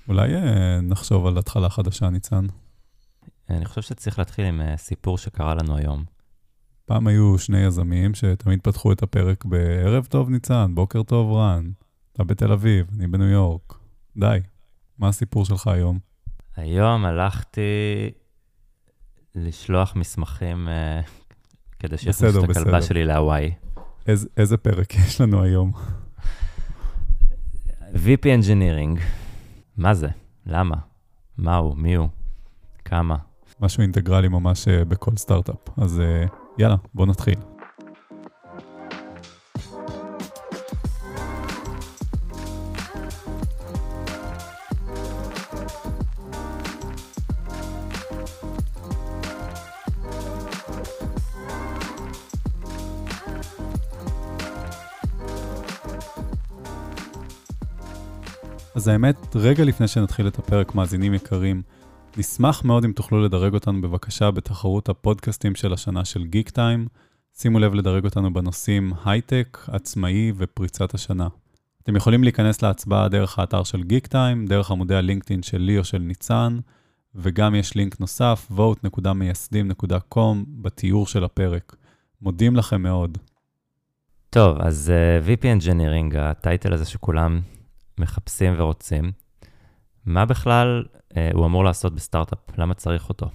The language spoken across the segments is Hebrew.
אולי נחשוב על התחלה חדשה, ניצן. אני חושב שצריך להתחיל עם סיפור שקרה לנו היום. פעם היו שני יזמים שתמיד פתחו את הפרק בערב טוב ניצן, בוקר טוב רן. אתה בתל אביב, אני בניו יורק. די, מה הסיפור שלך היום? היום הלכתי לשלוח מסמכים כדי שיכניס את הכלבה שלי להוואי. איזה פרק יש לנו היום? VP Engineering. מה זה? למה? מה הוא? מי הוא? כמה? משהו אינטגרלי ממש בכל סטארט-אפ. אז יאללה, בוא נתחיל. אז האמת, רגע לפני שנתחיל את הפרק, מאזינים יקרים, נשמח מאוד אם תוכלו לדרג אותנו בבקשה בתחרות הפודקאסטים של השנה של גיק טיים. שימו לב לדרג אותנו בנושאים הייטק, עצמאי ופריצת השנה. אתם יכולים להיכנס להצבעה דרך האתר של גיק טיים, דרך עמודי הלינקדאין של לי או של ניצן, וגם יש לינק נוסף, vote.mייסדים.com, בתיאור של הפרק. מודים לכם מאוד. טוב, אז VP Engineering, הטייטל הזה שכולם מחפשים ורוצים, מה בכלל הוא אמור לעשות בסטארט-אפ? למה צריך אותו?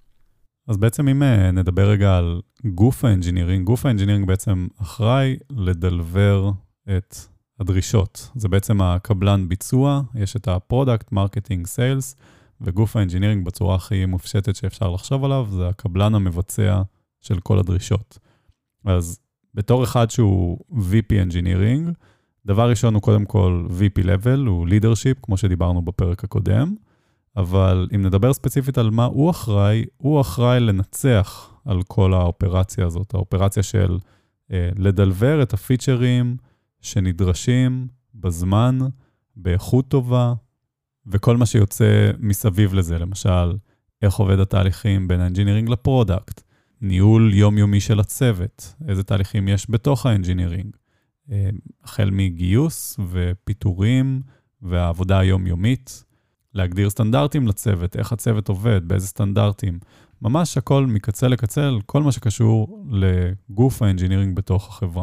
אז בעצם אם נדבר רגע על גוף האנג'ינירינג, גוף האנג'ינירינג בעצם אחראי לדלבר את הדרישות. זה בעצם הקבלן ביצוע, יש את הפרודקט, מרקטינג, סיילס, וגוף האנג'ינירינג בצורה הכי מופשטת שאפשר לחשוב עליו, זה הקבלן המבצע של כל הדרישות. אז בתור אחד שהוא VP Engineering, דבר ראשון הוא קודם כל VP Level, הוא Leadership, כמו שדיברנו בפרק הקודם, אבל אם נדבר ספציפית על מה הוא אחראי לנצח על כל האופרציה הזאת, האופרציה של לדלבר את הפיצ'רים שנדרשים בזמן, באיכות טובה, וכל מה שיוצא מסביב לזה, למשל, איך עובד התהליכים בין האנג'ינירינג לפרודקט, ניהול יומיומי של הצוות, איזה תהליכים יש בתוך האנג'ינירינג, החל מגיוס ופיתורים והעבודה היומיומית, להגדיר סטנדרטים לצוות, איך הצוות עובד, באיזה סטנדרטים, ממש הכל מקצה לקצה, כל מה שקשור לגוף האנג'ינירינג בתוך החברה.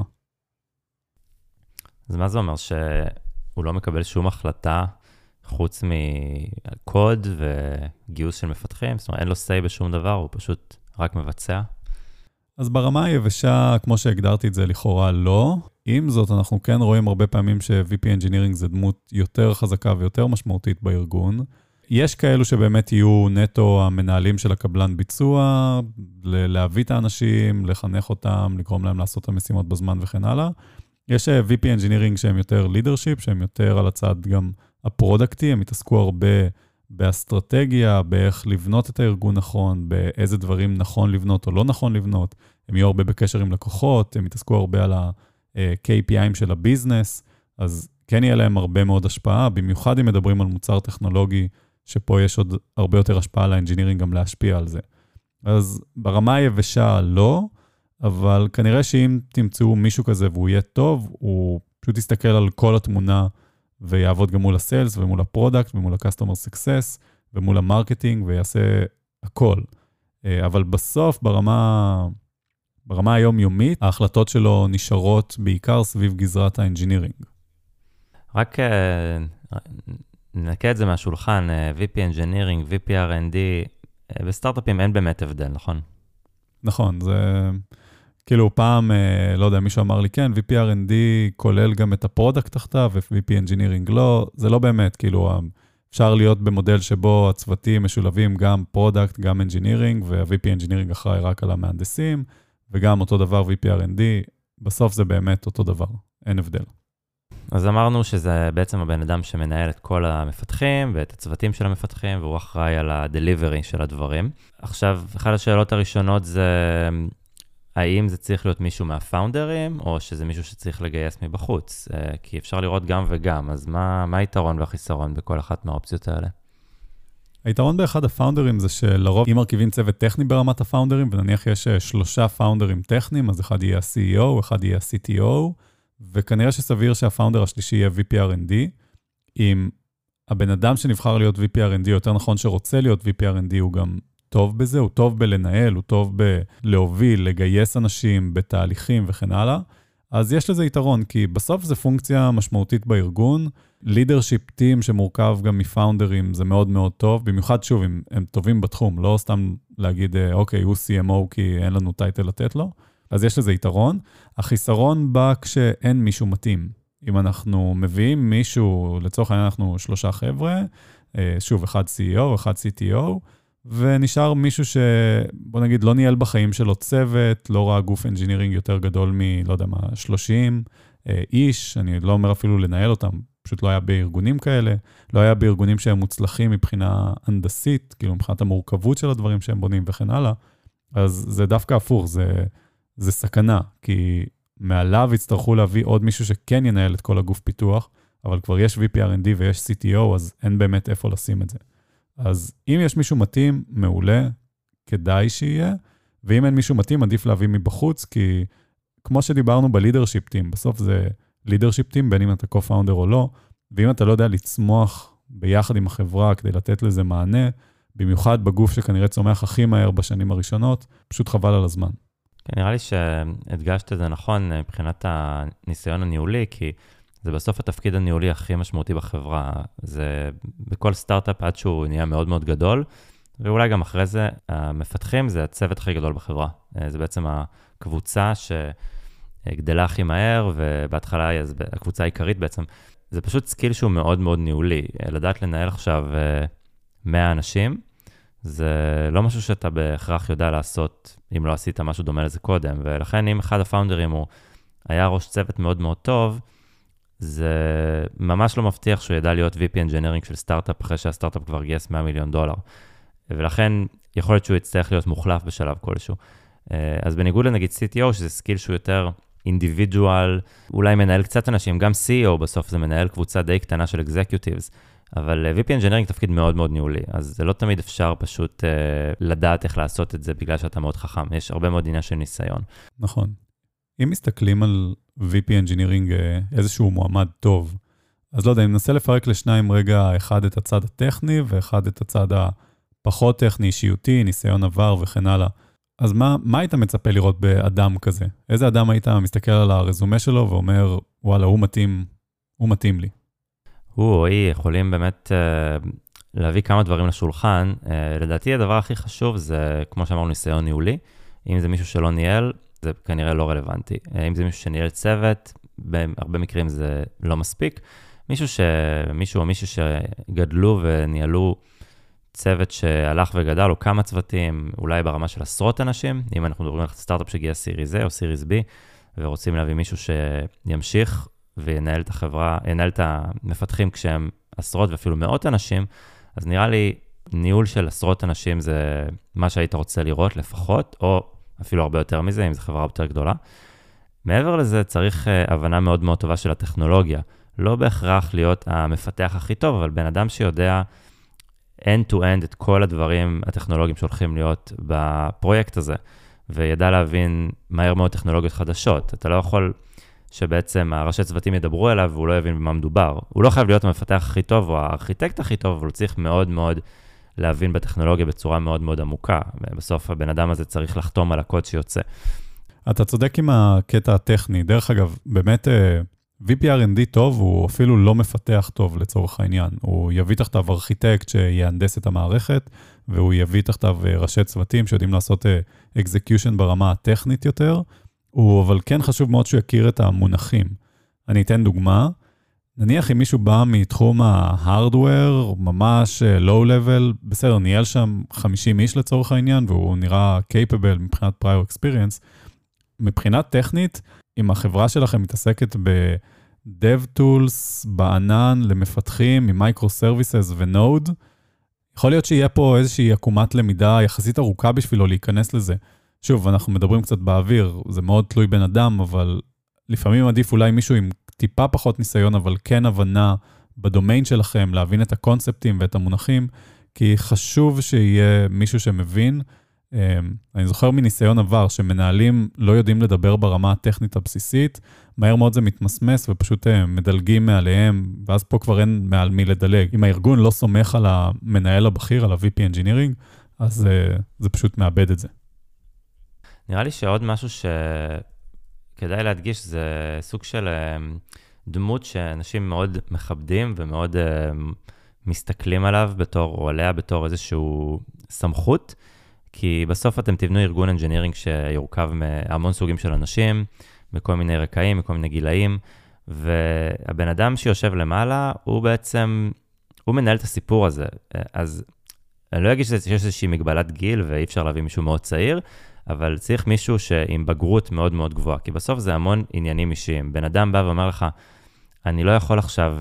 אז מה זה אומר? שהוא לא מקבל שום החלטה חוץ מקוד וגיוס של מפתחים? זאת אומרת, אין לו say בשום דבר, הוא פשוט רק מבצע? אז ברמה היבשה, כמו שהגדרתי את זה, לכאורה לא. עם זאת, אנחנו כן רואים הרבה פעמים ש-VP Engineering זה דמות יותר חזקה ויותר משמעותית בארגון. יש כאלו שבאמת יהיו נטו המנהלים של הקבלן ביצוע, להביא את האנשים, לחנך אותם, לגרום להם לעשות את המשימות בזמן וכן הלאה. יש VP Engineering שהם יותר leadership, שהם יותר על הצד גם הפרודקטי, הם התעסקו הרבה באסטרטגיה, באיך לבנות את הארגון נכון, באיזה דברים נכון לבנות או לא נכון לבנות. הם יהיו הרבה בקשר עם לקוחות, הם התעסקו הרבה על ה-KPI'ים של הביזנס, אז כן יהיה להם הרבה מאוד השפעה, במיוחד אם מדברים על מוצר טכנולוגי, שפה יש עוד הרבה יותר השפעה על האנג'ינירינג גם להשפיע על זה. אז ברמה היבשה לא, אבל כנראה שאם תמצאו מישהו כזה והוא יהיה טוב, הוא פשוט יסתכל על כל התמונה, ויעבוד גם מול הסיילס ומול הפרודקט ומול ה-customer success ומול המרקטינג ויעשה הכל. אבל בסוף ברמה היומיומית, ההחלטות שלו נשארות בעיקר סביב גזרת האנג'ינירינג. רק ננקה את זה מהשולחן, VP Engineering, VP R&D, בסטארט-אפים אין באמת הבדל, נכון? נכון, זה כאילו פעם, לא יודע, מישהו אמר לי, כן, VP R&D כולל גם את הפרודקט תחתיו, ו-VP Engineering לא, זה לא באמת, כאילו, אפשר להיות במודל שבו הצוותים משולבים גם פרודקט, גם Engineering, וה-VP Engineering אחראי רק על המהנדסים, וגם אותו דבר VP R&D, בסוף זה באמת אותו דבר, אין הבדל. אז אמרנו שזה בעצם הבן אדם שמנהל את כל המפתחים ואת הצוותים של המפתחים, והוא אחראי על ה-delivery של הדברים. עכשיו, אחת השאלות הראשונות זה, האם זה צריך להיות מישהו מהפאונדרים, או שזה מישהו שצריך לגייס מבחוץ? כי אפשר לראות גם וגם, אז מה היתרון והחיסרון בכל אחת מהאופציות האלה? היתרון באחד הפאונדרים זה שלרוב, אם מרכיבים צוות טכני ברמת הפאונדרים, ונניח יש 3 פאונדרים טכניים, אז אחד יהיה ה-CEO, אחד יהיה ה-CTO, וכנראה שסביר שהפאונדר השלישי יהיה VP R&D, עם הבן אדם שנבחר להיות VP R&D, יותר נכון שרוצה להיות VP R&D, הוא גם טוב בזה, הוא טוב בלנהל, הוא טוב בלהוביל, לגייס אנשים בתהליכים וכן הלאה. אז יש לזה יתרון, כי בסוף זה פונקציה משמעותית בארגון. לידרשיפ טים שמורכב גם מפאונדרים, זה מאוד מאוד טוב, במיוחד שוב, הם טובים בתחום, לא סתם להגיד, אוקיי, הוא CMO כי אין לנו טייטל לתת לו, אז יש לזה יתרון. החיסרון בא כשאין מישהו מתאים. אם אנחנו מביאים מישהו, לצורך העניין אנחנו 3 חבר'ה, שוב, אחד CEO, אחד CTO, ונשאר מישהו שבוא נגיד לא ניהל בחיים שלו צוות, לא ראה גוף אנג'ינירינג יותר גדול לא יודע מה, 30 איש, אני לא אומר אפילו לנהל אותם, פשוט לא היה בארגונים כאלה, לא היה בארגונים שהם מוצלחים מבחינה הנדסית, כאילו מבחינת המורכבות של הדברים שהם בונים וכן הלאה, אז זה דווקא הפוך, זה סכנה, כי מעליו יצטרכו להביא עוד מישהו שכן ינהל את כל הגוף פיתוח, אבל כבר יש VP R&D ויש CTO, אז אין באמת איפה לשים את זה. אז אם יש מישהו מתאים, מעולה, כדאי שיהיה, ואם אין מישהו מתאים, עדיף להביא מבחוץ, כי כמו שדיברנו בלידרשיפ טים, בסוף זה לידרשיפ טים, בין אם אתה co-founder או לא, ואם אתה לא יודע לצמוח ביחד עם החברה כדי לתת לזה מענה, במיוחד בגוף שכנראה צומח הכי מהר בשנים הראשונות, פשוט חבל על הזמן. נראה לי שהדגשת את זה נכון מבחינת הניסיון הניהולי, כי זה בסוף התפקיד הניהולי הכי משמעותי בחברה. זה בכל סטארט-אפ עד שהוא נהיה מאוד מאוד גדול, ואולי גם אחרי זה, המפתחים זה הצוות הכי גדול בחברה. זה בעצם הקבוצה שגדלה הכי מהר, ובהתחלה הקבוצה העיקרית בעצם, זה פשוט סקיל שהוא מאוד מאוד ניהולי. לדעת לנהל עכשיו 100 אנשים, זה לא משהו שאתה בהכרח יודע לעשות, אם לא עשית משהו דומה לזה קודם, ולכן אם אחד הפאונדרים הוא היה ראש צוות מאוד מאוד טוב, זה ממש לא מבטיח שהוא ידע להיות VP Engineering של סטארט-אפ, אחרי שהסטארט-אפ כבר גייס $100 מיליון, ולכן יכול להיות שהוא יצטרך להיות מוחלף בשלב כלשהו. אז בניגוד לנגיד CTO, שזה סקיל שהוא יותר אינדיבידואל, אולי מנהל קצת אנשים, גם CEO בסוף זה מנהל קבוצה די קטנה של executives, אבל VP Engineering תפקיד מאוד מאוד ניהולי, אז זה לא תמיד אפשר פשוט לדעת איך לעשות את זה, בגלל שאתה מאוד חכם, יש הרבה מאוד עניין של ניסיון. נכון. אם מסתכלים על VP Engineering איזשהו מועמד טוב, אז לא יודע, אם ננסה לפרק לשניים רגע, אחד את הצד הטכני, ואחד את הצד הפחות טכני, אישיותי, ניסיון עבר וכן הלאה. אז מה היית מצפה לראות באדם כזה? איזה אדם היית מסתכל על הרזומה שלו ואומר, וואלה, הוא מתאים לי? הוא או היא יכולים באמת להביא כמה דברים לשולחן. לדעתי הדבר הכי חשוב זה, כמו שאמרנו, ניסיון ניהולי. אם זה מישהו שלא ניהל, זה כנראה לא רלוונטי. אם זה מישהו שניהל צוות, בהרבה מקרים זה לא מספיק. מישהו או מישהו שגדלו וניהלו צוות שהלך וגדל, או כמה צוותים, אולי ברמה של עשרות אנשים, אם אנחנו מדברים על סטארט-אפ שגייס סיריס A או סיריס B, ורוצים להביא מישהו שימשיך וינהל את החברה, ינהל את המפתחים כשהם עשרות ואפילו מאות אנשים, אז נראה לי ניהול של עשרות אנשים זה מה שהיית רוצה לראות לפחות, או אפילו הרבה יותר מזה, אם זו חברה יותר גדולה. מעבר לזה צריך הבנה מאוד מאוד טובה של הטכנולוגיה. לא בהכרח להיות המפתח הכי טוב, אבל בן אדם שיודע end-to-end את כל הדברים הטכנולוגיים שהולכים להיות בפרויקט הזה, וידע להבין מהר מאוד טכנולוגיות חדשות. אתה לא יכול שבעצם הראשי צוותים ידברו אליו, והוא לא יבין במה מדובר. הוא לא חייב להיות המפתח הכי טוב, או הארכיטקט הכי טוב, אבל הוא צריך מאוד מאוד להבין בטכנולוגיה בצורה מאוד מאוד עמוקה. ובסוף הבן אדם הזה צריך לחתום על הקוד שיוצא. אתה צודק עם הקטע הטכני. דרך אגב, באמת VP R&D טוב, הוא אפילו לא מפתח טוב לצורך העניין. הוא יביא תחתיו ארכיטקט שיהנדס את המערכת, והוא יביא תחתיו ראשי צוותים שיודעים לעשות execution ברמה הטכנית יותר, אבל כן חשוב מאוד שהוא יכיר את המונחים. אני אתן דוגמה, נניח אם מישהו בא מתחום ההארדוור, ממש low-level, בסדר, ניהל שם 50 איש לצורך העניין, והוא נראה capable מבחינת prior experience. מבחינת טכנית, אם החברה שלכם מתעסקת ב-dev tools, בענן, למפתחים, מ-microservices ו-node, יכול להיות שיהיה פה איזושהי עקומת למידה יחסית ארוכה בשבילו להיכנס לזה. שוב, אנחנו מדברים קצת באוויר, זה מאוד תלוי בן אדם, אבל לפעמים עדיף אולי מישהו עם טיפה פחות ניסיון, אבל כן הבנה בדומיין שלכם, להבין את הקונספטים ואת המונחים, כי חשוב שיהיה מישהו שמבין אני זוכר מניסיון עבר שמנהלים לא יודעים לדבר ברמה הטכנית הבסיסית, מהר מאוד זה מתמסמס ופשוט מדלגים מעליהם, ואז פה כבר אין מעל מי לדלג. אם הארגון לא סומך על המנהל הבכיר, על ה-VP Engineering, אז זה פשוט מאבד את זה. נראה לי שעוד משהו שכדאי להדגיש, זה סוג של דמות שאנשים מאוד מכבדים ומאוד מסתכלים עליו או עליה בתור איזשהו סמכות, כי בסוף אתם תבנו ארגון אנג'ינירינג שיורכב מהמון סוגים של אנשים, מכל מיני רקעים, מכל מיני גילאים, והבן אדם שיושב למעלה, הוא בעצם, הוא מנהל את הסיפור הזה. אז אני לא אגיד שיש איזושהי מגבלת גיל, ואי אפשר להביא מישהו מאוד צעיר, אבל צריך מישהו עם בגרות מאוד מאוד גבוהה, כי בסוף זה המון עניינים אישיים. בן אדם בא ואומר לך, אני לא יכול עכשיו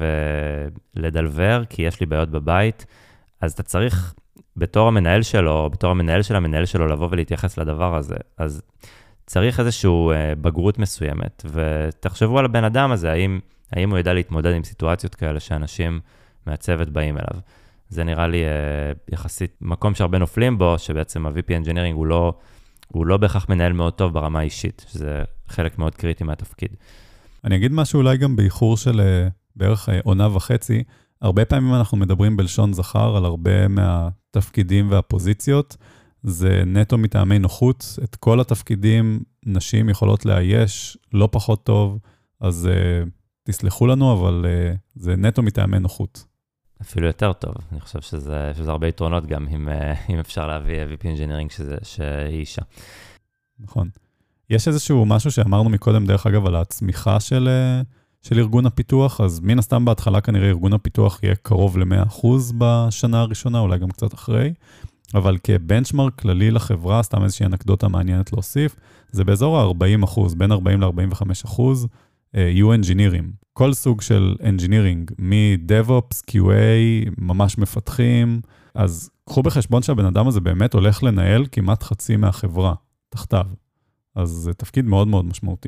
לדלבר, כי יש לי בעיות בבית, אז אתה צריך בתור המנהל שלו, בתור המנהל של המנהל שלו, לבוא ולהתייחס לדבר הזה. אז צריך איזושהי בגרות מסוימת, ותחשבו על הבן אדם הזה, האם הוא ידע להתמודד עם סיטואציות כאלה שאנשים מהצוות באים אליו. זה נראה לי יחסית מקום שהרבה נופלים בו, שבעצם ה-VP Engineering הוא לא בהכרח מנהל מאוד טוב ברמה האישית, שזה חלק מאוד קריטי מהתפקיד. אני אגיד משהו אולי גם באיחור של בערך עונה וחצי, הרבה פעמים אנחנו מדברים בלשון זכר על הרבה מהתפקידים והפוזיציות, זה נטו מטעמי נוחות, את כל התפקידים נשים יכולות לאייש לא פחות טוב, אז תסלחו לנו, אבל זה נטו מטעמי נוחות. אפילו יותר טוב, אני חושב שזה הרבה יתרונות גם, אם אפשר להביא VP Engineering שהיא אישה. נכון. יש איזשהו משהו שאמרנו מקודם, דרך אגב, על הצמיחה של ארגון הפיתוח, אז מן הסתם בהתחלה כנראה ארגון הפיתוח יהיה קרוב ל-100% בשנה הראשונה, אולי גם קצת אחרי, אבל כבנצ'מרק כללי לחברה, סתם איזושהי אנקדוטה מעניינת להוסיף, זה באזור ה-40%, בין 40 ל-45%, יהיו אנג'ינירים. כל סוג של אנג'ינירינג, מ-DevOps, QA, ממש מפתחים, אז קחו בחשבון שהבן אדם הזה באמת הולך לנהל כמעט חצי מהחברה, תחתיו. אז זה תפקיד מאוד מאוד משמעותי.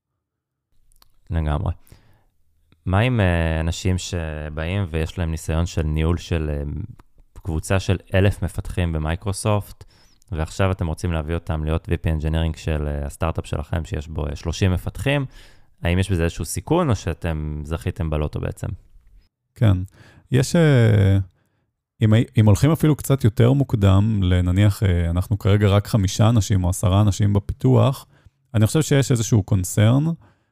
לגמרי. מה עם אנשים שבאים ויש להם ניסיון של ניהול של קבוצה של 1,000 מפתחים במייקרוסופט, ועכשיו אתם רוצים להביא אותם להיות VP Engineering של הסטארט-אפ שלכם, שיש בו 30 מפתחים, האם יש בזה איזשהו סיכון, או שאתם זכיתם בלוטו בעצם? כן. יש, אם הולכים אפילו קצת יותר מוקדם, לנניח, אנחנו כרגע רק 5 אנשים או 10 אנשים בפיתוח, אני חושב שיש איזשהו קונצרן,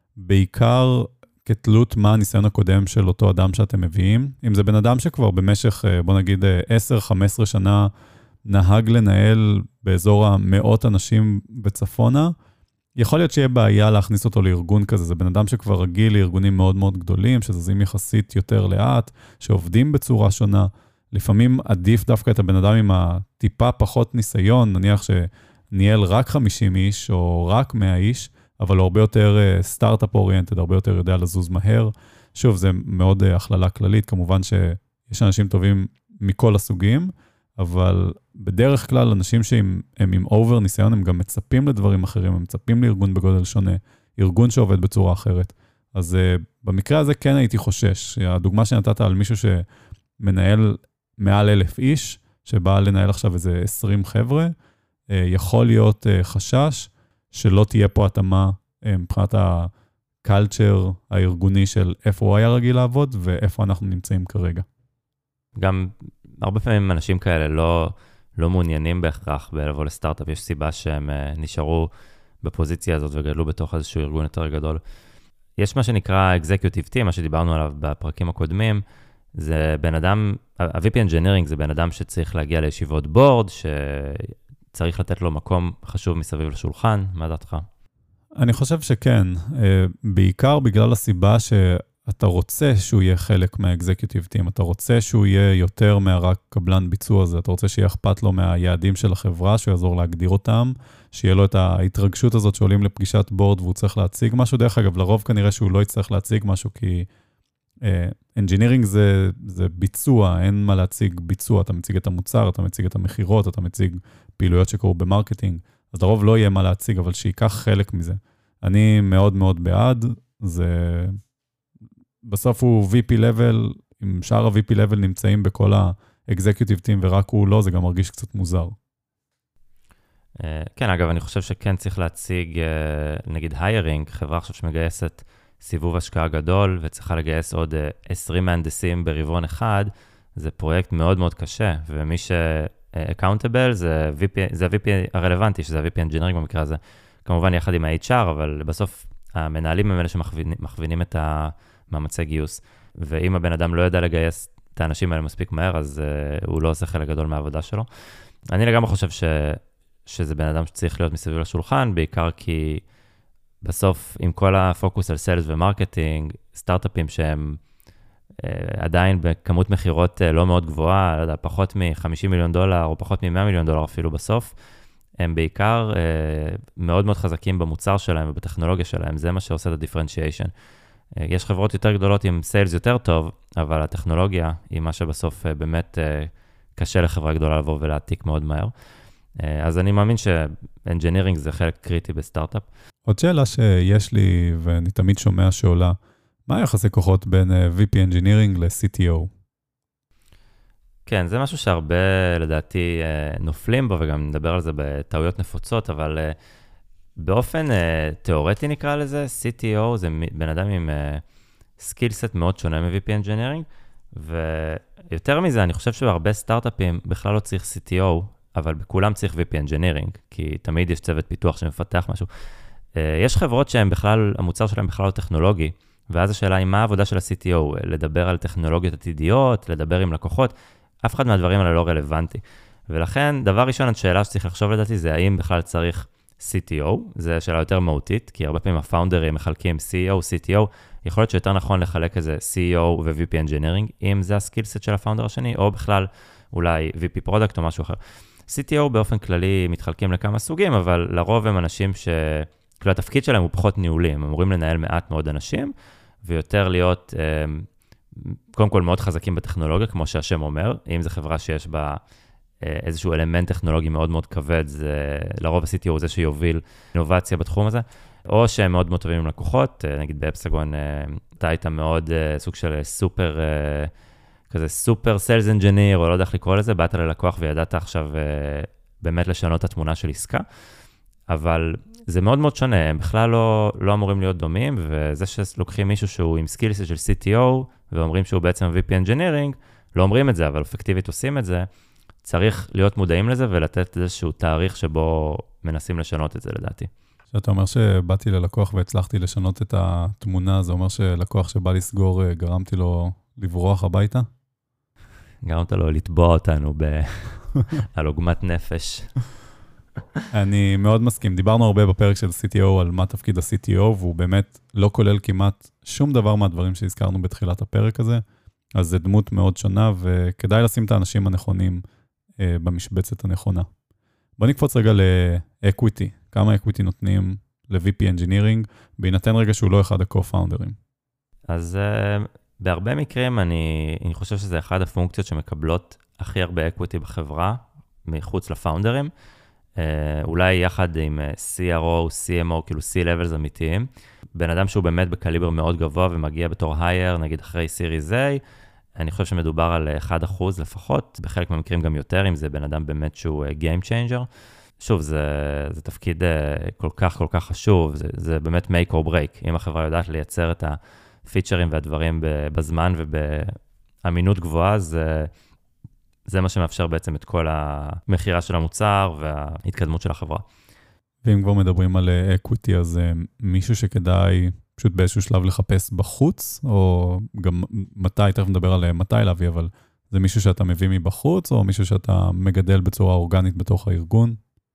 בעיקר כתלות מה הניסיון הקודם של אותו אדם שאתם מביאים. אם זה בן אדם שכבר במשך, בוא נגיד, 10-15 שנה, נהג לנהל באזור המאות אנשים בצפונה, יכול להיות שיהיה בעיה להכניס אותו לארגון כזה. זה בן אדם שכבר רגיל לארגונים מאוד מאוד גדולים, שזזים יחסית יותר לאט, שעובדים בצורה שונה. לפעמים עדיף דווקא את הבן אדם עם הטיפה פחות ניסיון, נניח שניהל רק 50 איש או רק 100 איש, אבל הוא הרבה יותר סטארט-אפ אוריינטד, הרבה יותר יודע לזוז מהר. שוב, זה מאוד הכללה כללית, כמובן שיש אנשים טובים מכל הסוגים, אבל בדרך כלל אנשים שהם עם אובר ניסיון, הם גם מצפים לדברים אחרים, הם מצפים לארגון בגודל שונה, ארגון שעובד בצורה אחרת. אז במקרה הזה כן הייתי חושש. הדוגמה שנתת על מישהו שמנהל מעל 1,000 איש, שבא לנהל עכשיו איזה 20 חבר'ה, יכול להיות חשש שלא תהיה פה התאמה מבחינת הקלצ'ר הארגוני של איפה הוא היה רגיל לעבוד, ואיפה אנחנו נמצאים כרגע. גם הרבה פעמים אנשים כאלה לא מעוניינים בהכרח לבוא לסטארט-אפ, יש סיבה שהם נשארו בפוזיציה הזאת וגדלו בתוך איזשהו ארגון יותר גדול. יש מה שנקרא Executive Team, מה שדיברנו עליו בפרקים הקודמים, זה בן אדם, ה-VP Engineering זה בן אדם שצריך להגיע לישיבות בורד, שצריך לתת לו מקום חשוב מסביב לשולחן, מה דעתך? אני חושב שכן, בעיקר בגלל הסיבה שאתה רוצה שהוא יהיה חלק מה-Executive Team, אתה רוצה שהוא יהיה יותר מהרק קבלן ביצוע הזה, אתה רוצה שיהיה אכפת לו מהיעדים של החברה, שהוא יעזור להגדיר אותם, שיהיה לו את ההתרגשות הזאת שעולים לפגישת בורד והוא צריך להציג משהו. דרך אגב, לרוב כנראה שהוא לא יצטרך להציג משהו, כי engineering זה ביצוע, אין מה להציג ביצוע, אתה מציג את המוצר, אתה מציג את המחירות, אתה מציג פעילויות שקורו במרקטינג, אז לרוב לא יהיה מה להציג, אבל שיקח חלק מזה. אני מאוד מאוד בעד, זה בסוף הוא VP level, אם שאר ה-VP level נמצאים בכל ה-executive team ורק הוא לא, זה גם מרגיש קצת מוזר. כן, אגב, אני חושב שכן צריך להציג, נגיד היירינג, חברה עכשיו שמגייסת סיבוב השקעה גדול, וצריכה לגייס עוד 20 מהנדסים ברבעון אחד, זה פרויקט מאוד מאוד קשה, ומי ש-accountable זה ה-VP הרלוונטי, שזה ה-VP Engineering במקרה הזה, כמובן יחד עם ה-HR, אבל בסוף המנהלים הם אלה שמכווינים את המאמצי גיוס, ואם הבן אדם לא יודע לגייס את האנשים האלה מספיק מהר, אז הוא לא עושה חלק גדול מהעבודה שלו. אני לגמרי חושב שזה בן אדם שצריך להיות מסביב לשולחן, בעיקר כי בסוף, עם כל הפוקוס על סיילס ומרקטינג, סטארט-אפים שהם עדיין בכמות מחירות לא מאוד גבוהה, לא יודע, פחות $50 מיליון, או פחות $100 מיליון אפילו בסוף, הם בעיקר מאוד מאוד חזקים במוצר שלהם ובטכנולוגיה שלהם, זה מה שעושה את הדיפרנציאשן. יש חברות יותר גדולות עם סיילס יותר טוב, אבל הטכנולוגיה היא מה שבסוף באמת קשה לחברה גדולה לבוא ולהעתיק מאוד מהר. אז אני מאמין שאנג'ינירינג זה חלק קריטי בסטארט-אפ. עוד שאלה שיש לי, ואני תמיד שומע שעולה, מה היחסי כוחות בין VP Engineering ל-CTO? כן, זה משהו שהרבה לדעתי נופלים בו, וגם נדבר על זה בטעויות נפוצות, אבל באופן תיאורטי נקרא לזה, CTO זה בן אדם עם סקילסט מאוד שונה מ-VP Engineering, ויותר מזה, אני חושב שבהרבה סטארט-אפים בכלל לא צריך CTO, אבל בכולם צריך VP Engineering, כי תמיד יש צוות פיתוח שמפתח משהו. יש חברות שהן בכלל, המוצר שלהם בכלל לא טכנולוגי, ואז השאלה היא מה העבודה של ה-CTO, לדבר על טכנולוגיות עתידיות, לדבר עם לקוחות, אף אחד מהדברים האלה לא רלוונטי. ולכן, דבר ראשון, השאלה שצריך לחשוב לדעתי, זה האם בכלל צריך CTO, זו שאלה יותר מהותית, כי הרבה פעמים הפאונדרים מחלקים CEO, CTO, יכול להיות שיותר נכון לחלק איזה CEO ו-VP Engineering, אם זה הסקילסט של הפאונדר השני, או בכלל אולי VP Product או משהו אחר. CTO באופן כללי מתחלקים לכמה סוגים, אבל לרוב הם אנשים כאילו התפקיד שלהם הוא פחות ניהולי, הם אמורים לנהל מעט מאוד אנשים, ויותר להיות, קודם כל מאוד חזקים בטכנולוגיה, כמו שהשם אומר, אם זו חברה שיש בה איזשהו אלמנט טכנולוגי מאוד מאוד כבד, זה לרוב ה-CTO הוא זה שיוביל אינובציה בתחום הזה, או שהם מאוד מאוד טובים עם לקוחות, נגיד באפסגון, אתה היית מאוד סוג של סופר, כזה סופר סיילס אנג'יניר, או לא יודע איך לקרוא לזה, באת ללקוח וידעת עכשיו באמת לשנות את התמונה של עסקה, אבל זה מאוד מאוד שונה, הם בכלל לא אמורים להיות דומים, וזה שלוקחים מישהו שהוא עם סקילס של CTO, ואומרים שהוא בעצם VP Engineering, לא אומרים את זה, אבל אפקטיבית עושים את זה, צריך להיות מודעים לזה ולתת איזשהו תאריך שבו מנסים לשנות את זה לדעתי. כשאתה אומר שבאתי ללקוח והצלחתי לשנות את התמונה, זה אומר שלקוח שבא לסגור, גרמתי לו לברוח הביתה? גרמת לו לטבוע אותנו על עוגמת נפש. אני מאוד מסכים. דיברנו הרבה בפרק של CTO על מה תפקיד ה-CTO, והוא באמת לא כולל כמעט שום דבר מהדברים שהזכרנו בתחילת הפרק הזה, אז זו דמות מאוד שונה, וכדאי לשים את האנשים הנכונים במשבצת הנכונה. בוא נקפוץ רגע ל-Equity. כמה Equity נותנים ל-VP Engineering, בהינתן רגע שהוא לא אחד ה-co-founders? אז בהרבה מקרים אני חושב שזה אחד הפונקציות שמקבלות הכי הרבה Equity בחברה, מחוץ לפאונדרים, אולי יחד עם CRO, CMO, כאילו C-Levels אמיתיים, בן אדם שהוא באמת בקליבר מאוד גבוה ומגיע בתור hire, נגיד אחרי Series A, אני חושב שמדובר על 1% לפחות, בחלק מהמקרים גם יותר, אם זה בן אדם באמת שהוא Game Changer. שוב, זה תפקיד כל כך חשוב, זה באמת make or break. אם החברה יודעת לייצר את הפיצ'רים והדברים בזמן ובאמינות גבוהה, זה מה שמאפשר בעצם את כל המחירה של המוצר וההתקדמות של החברה. ואם כבר מדברים על אקוויטי, אז מישהו שכדאי פשוט באיזשהו שלב לחפש בחוץ, או גם מתי, תכף נדבר על מתי להביא, אבל זה מישהו שאתה מביא מבחוץ, או מישהו שאתה מגדל בצורה אורגנית בתוך הארגון?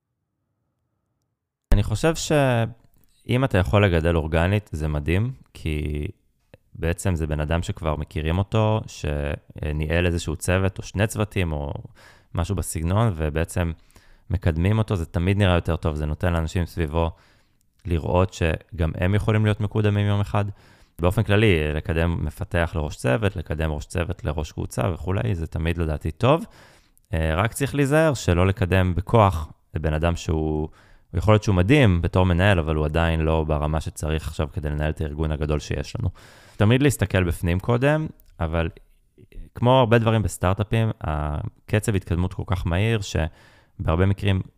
אני חושב שאם אתה יכול לגדל אורגנית, זה מדהים, כי בעצם זה בן אדם שכבר מכירים אותו, שניהל איזשהו צוות, או שני צוותים, או משהו בסגנון, ובעצם מקדמים אותו, זה תמיד נראה יותר טוב, זה נותן לאנשים סביבו לראות שגם הם יכולים להיות מקודמים יום אחד. באופן כללי, לקדם מפתח לראש צוות, לקדם ראש צוות לראש קבוצה וכולי, זה תמיד לדעתי טוב. רק צריך להיזהר שלא לקדם בכוח לבן אדם שהוא, יכול להיות שהוא מדהים בתור מנהל, אבל הוא עדיין לא ברמה שצריך עכשיו כדי לנהל את הארגון הגדול שיש לנו. תמיד להסתכל בפנים קודם, אבל כמו הרבה דברים בסטארט-אפים, הקצב התקדמות כל כך מהיר, שבהרבה מקרים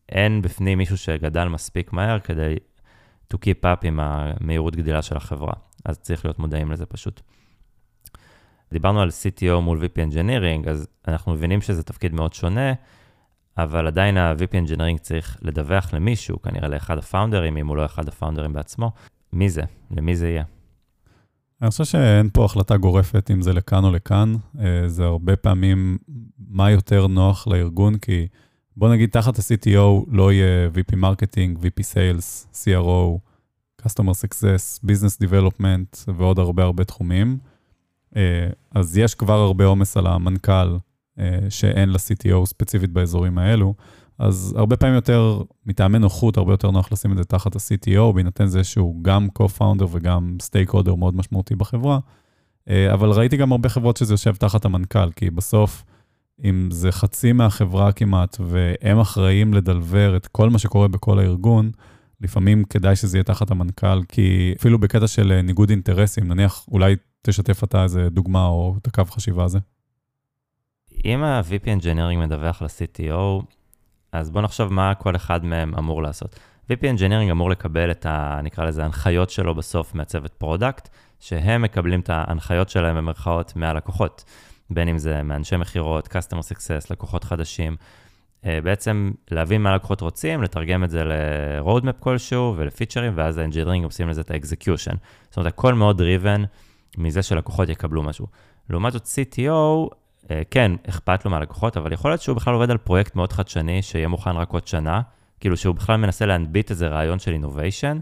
אין בפנים מישהו שגדל מספיק מהר כדי to keep up עם המהירות גדילה של החברה. אז צריך להיות מודעים לזה פשוט. דיברנו על CTO מול VP Engineering, אז אנחנו מבינים שזה תפקיד מאוד שונה, אבל עדיין ה-VP Engineering צריך לדווח למישהו, כנראה לאחד הפאונדרים, אם הוא לא אחד הפאונדרים בעצמו. מי זה? למי זה יהיה? אני חושב שאין פה החלטה גורפת אם זה לכאן או לכאן. זה הרבה פעמים מה יותר נוח לארגון, כי בוא נגיד תחת ה-CTO לא יהיה VP Marketing, VP Sales, CRO, Customer Success, Business Development ועוד הרבה תחומים. אז יש כבר הרבה עומס על המנכ"ל שאין ל-CTO ספציפית באזורים האלו, אז הרבה פעמים יותר, מטעמי נוחות, הרבה יותר נוח לשים את זה תחת ה-CTO, בהינתן זה שהוא גם co-founder וגם stakeholder מאוד משמעותי בחברה, אבל ראיתי גם הרבה חברות שזה יושב תחת המנכ"ל, כי בסוף, אם זה חצי מהחברה כמעט, והם אחראים לדלבר את כל מה שקורה בכל הארגון, לפעמים כדאי שזה יהיה תחת המנכ"ל, כי אפילו בקטע של ניגוד אינטרסים, נניח אולי תשתף אתה איזה דוגמה או את הקו חשיבה הזה. אם ה-VP Engineering מדווח ל-CTO, אז בוא נחשוב מה כל אחד מהם אמור לעשות. VP Engineering אמור לקבל את נקרא לזה, ההנחיות שלו בסוף מהצוות פרודקט, שהם מקבלים את ההנחיות שלהם במרכאות מהלקוחות, בין אם זה מאנשי מחירות, Customer Success, לקוחות חדשים, בעצם להבין מה הלקוחות רוצים, לתרגם את זה ל-roadmap כלשהו ולפיצ'רים, ואז ה-engineering עושים לזה את ה-execution. זאת אומרת, הכל מאוד driven מזה שלקוחות יקבלו משהו. לעומת זאת CTO, כן, אכפת לו מהלקוחות, אבל יכול להיות שהוא בכלל עובד על פרויקט מאוד חדשני, שיהיה מוכן רק עוד שנה, כאילו שהוא בכלל מנסה להנביט איזה רעיון של innovation,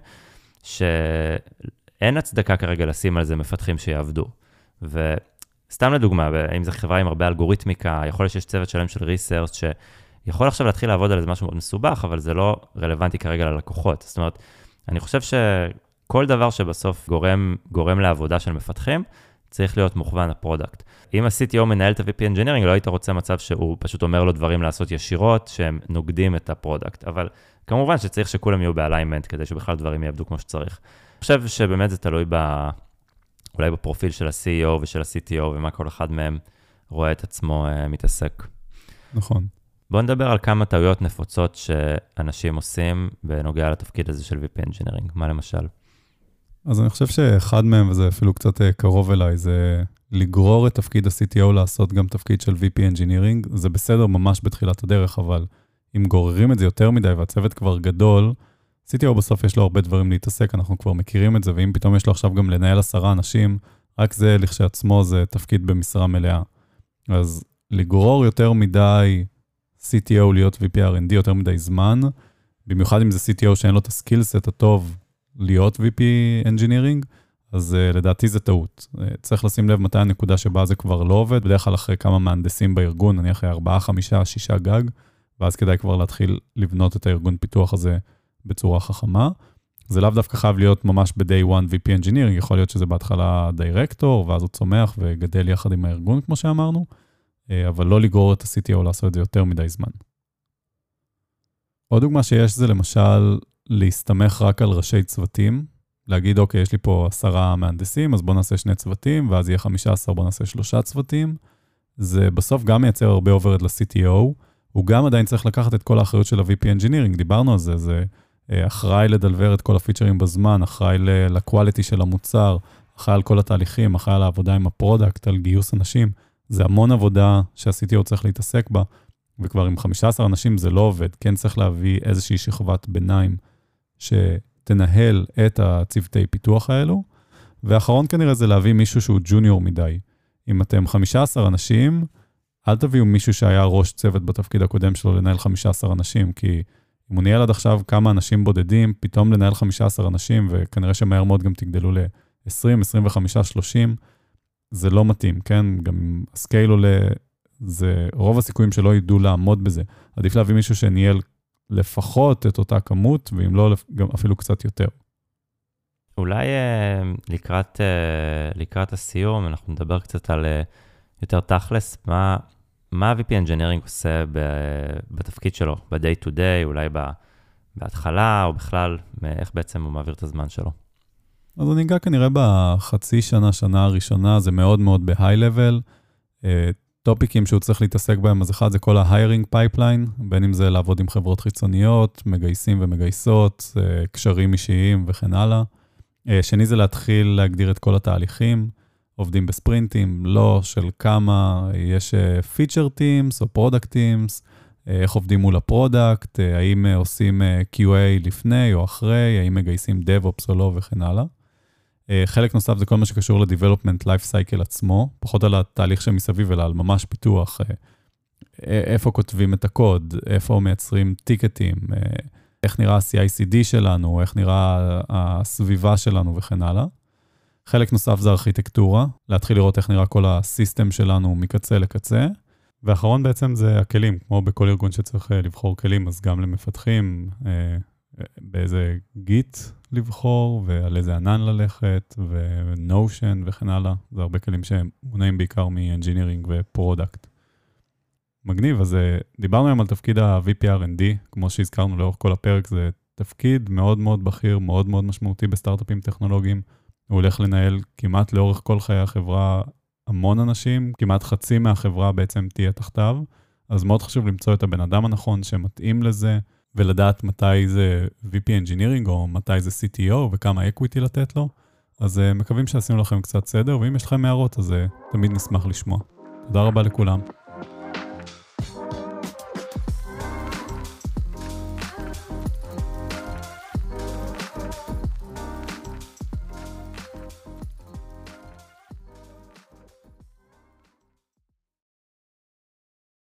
שאין הצדקה כרגע לשים על זה מפתחים שיעבדו. וסתם לדוגמה, אם זו חברה עם הרבה אלגוריתמיקה, יכול להיות שיש צוות שלם של ריסרצ' שיכול עכשיו להתחיל לעבוד על איזה משהו מאוד מסובך, אבל זה לא רלוונטי כרגע ללקוחות. זאת אומרת, אני חושב שכל דבר שבסוף גורם לעבודה של מפתחים, צריך להיות מוכוון הפרודקט. אם ה-CTO מנהל את ה-VP Engineering, לא היית רוצה מצב שהוא פשוט אומר לו דברים לעשות ישירות, שהם נוגדים את הפרודקט. אבל כמובן שצריך שכולם יהיו באליימנט, כדי שבכלל דברים יעבדו כמו שצריך. אני חושב שבאמת זה תלוי אולי בפרופיל של ה-CEO ושל ה-CTO, ומה כל אחד מהם רואה את עצמו מתעסק. נכון. בואו נדבר על כמה טעויות נפוצות שאנשים עושים בנוגע לתפקיד הזה של VP Engineering. מה למשל? אז אני חושב שאחד מהם, וזה אפילו קצת קרוב אליי, זה לגרור את תפקיד ה-CTO לעשות גם תפקיד של VP Engineering. זה בסדר ממש בתחילת הדרך, אבל אם גוררים את זה יותר מדי והצוות כבר גדול, CTO בסוף יש לו הרבה דברים להתעסק, אנחנו כבר מכירים את זה, ואם פתאום יש לו עכשיו גם לנהל 10 אנשים, רק זה לכשעצמו זה תפקיד במשרה מלאה. אז לגרור יותר מדי CTO להיות VP R&D יותר מדי זמן, במיוחד אם זה CTO שאין לו את הסקילסט הטוב להיות VP Engineering, אז לדעתי זה טעות. צריך לשים לב מתי הנקודה שבה זה כבר לא עובד, בדרך כלל אחרי כמה מהנדסים בארגון, נניח 4, 5, 6 גג, ואז כדאי כבר להתחיל לבנות את הארגון פיתוח הזה בצורה חכמה. זה לאו דווקא חייב להיות ממש ב-day one VP Engineering, יכול להיות שזה בהתחלה דירקטור, ואז הוא צומח וגדל יחד עם הארגון, כמו שאמרנו, אבל לא לגרור את ה-CTO לעשות את זה יותר מדי זמן. עוד דוגמה שיש זה למשל להסתמך רק על ראשי צוותים, להגיד אוקיי, יש לי פה 10 מהנדסים, אז בוא נעשה 2 צוותים, ואז יהיה 15, בוא נעשה 3 צוותים. זה בסוף גם מייצר הרבה overhead ל-CTO, הוא גם עדיין צריך לקחת את כל האחריות של ה-VP Engineering, דיברנו על זה, זה אחראי לדלבר את כל הפיצ'רים בזמן, אחראי לקואליטי של המוצר, אחראי על כל התהליכים, אחראי על העבודה עם הפרודקט, על גיוס אנשים, זה המון עבודה שה-CTO צריך להתעסק בה, וכבר עם 15 אנשים זה לא עובד, כן צריך להביא איזושהי שכבת ביניים שתנהל את הצוותי פיתוח האלו, ואחרון כנראה זה להביא מישהו שהוא ג'וניור מדי. אם אתם 15 אנשים, אל תביאו מישהו שהיה ראש צוות בתפקיד הקודם שלו לנהל 15 אנשים, כי אם הוא ניהל עד עכשיו כמה אנשים בודדים, פתאום לנהל 15 אנשים, וכנראה שמהר מאוד גם תגדלו ל-20, 25, 30, זה לא מתאים, כן? גם הסקייל עולה, זה רוב הסיכויים שלא ידעו לעמוד בזה. עדיף להביא מישהו שניהל לפחות את אותה כמות, ואם לא, גם אפילו קצת יותר. אולי לקראת הסיום, אנחנו נדבר קצת על יותר תכלס, מה ה-VP Engineering עושה בתפקיד שלו, ב-day to day, אולי בהתחלה, או בכלל, איך בעצם הוא מעביר את הזמן שלו. אז אני אגע כנראה בחצי שנה הראשונה, זה מאוד מאוד ב-high level. טופיקים שהוא צריך להתעסק בהם, אז אחד זה כל ה-hiring pipeline, בין אם זה לעבוד עם חברות חיצוניות, מגייסים ומגייסות, קשרים אישיים וכן הלאה. שני זה להתחיל להגדיר את כל התהליכים, עובדים בספרינטים, לא של כמה, יש feature teams או product teams, איך עובדים מול הפרודקט, האם עושים QA לפני או אחרי, האם מגייסים DevOps או לא וכן הלאה. חלק נוסף זה כל מה שקשור ל-Development Life Cycle עצמו, פחות על התהליך שמסביב, אלא על ממש פיתוח, איפה כותבים את הקוד, איפה מייצרים טיקטים, איך נראה ה-CI/CD שלנו, איך נראה הסביבה שלנו וכן הלאה. חלק נוסף זה ארכיטקטורה, להתחיל לראות איך נראה כל הסיסטם שלנו מקצה לקצה. ואחרון בעצם זה הכלים, כמו בכל ארגון שצריך לבחור כלים, אז גם למפתחים, באיזה גיט לבחור, ועל איזה ענן ללכת, ו-Notion וכן הלאה. זה הרבה כלים שמונעים בעיקר מ-Engineering ו-Product. מגניב, אז דיברנו היום על תפקיד ה-VP-R&D, כמו שהזכרנו לאורך כל הפרק, זה תפקיד מאוד מאוד בכיר, מאוד מאוד משמעותי בסטארט-אפים טכנולוגיים. הוא הולך לנהל כמעט לאורך כל חיי החברה המון אנשים, כמעט חצי מהחברה בעצם תהיה תחתיו, אז מאוד חשוב למצוא את הבן אדם הנכון שמתאים לזה, ולדעת מתי זה VP Engineering או מתי זה CTO וכמה equity לתת לו. אז מקווים שעשינו לכם קצת סדר, ואם יש לכם הערות אז תמיד נשמח לשמוע. תודה רבה לכולם.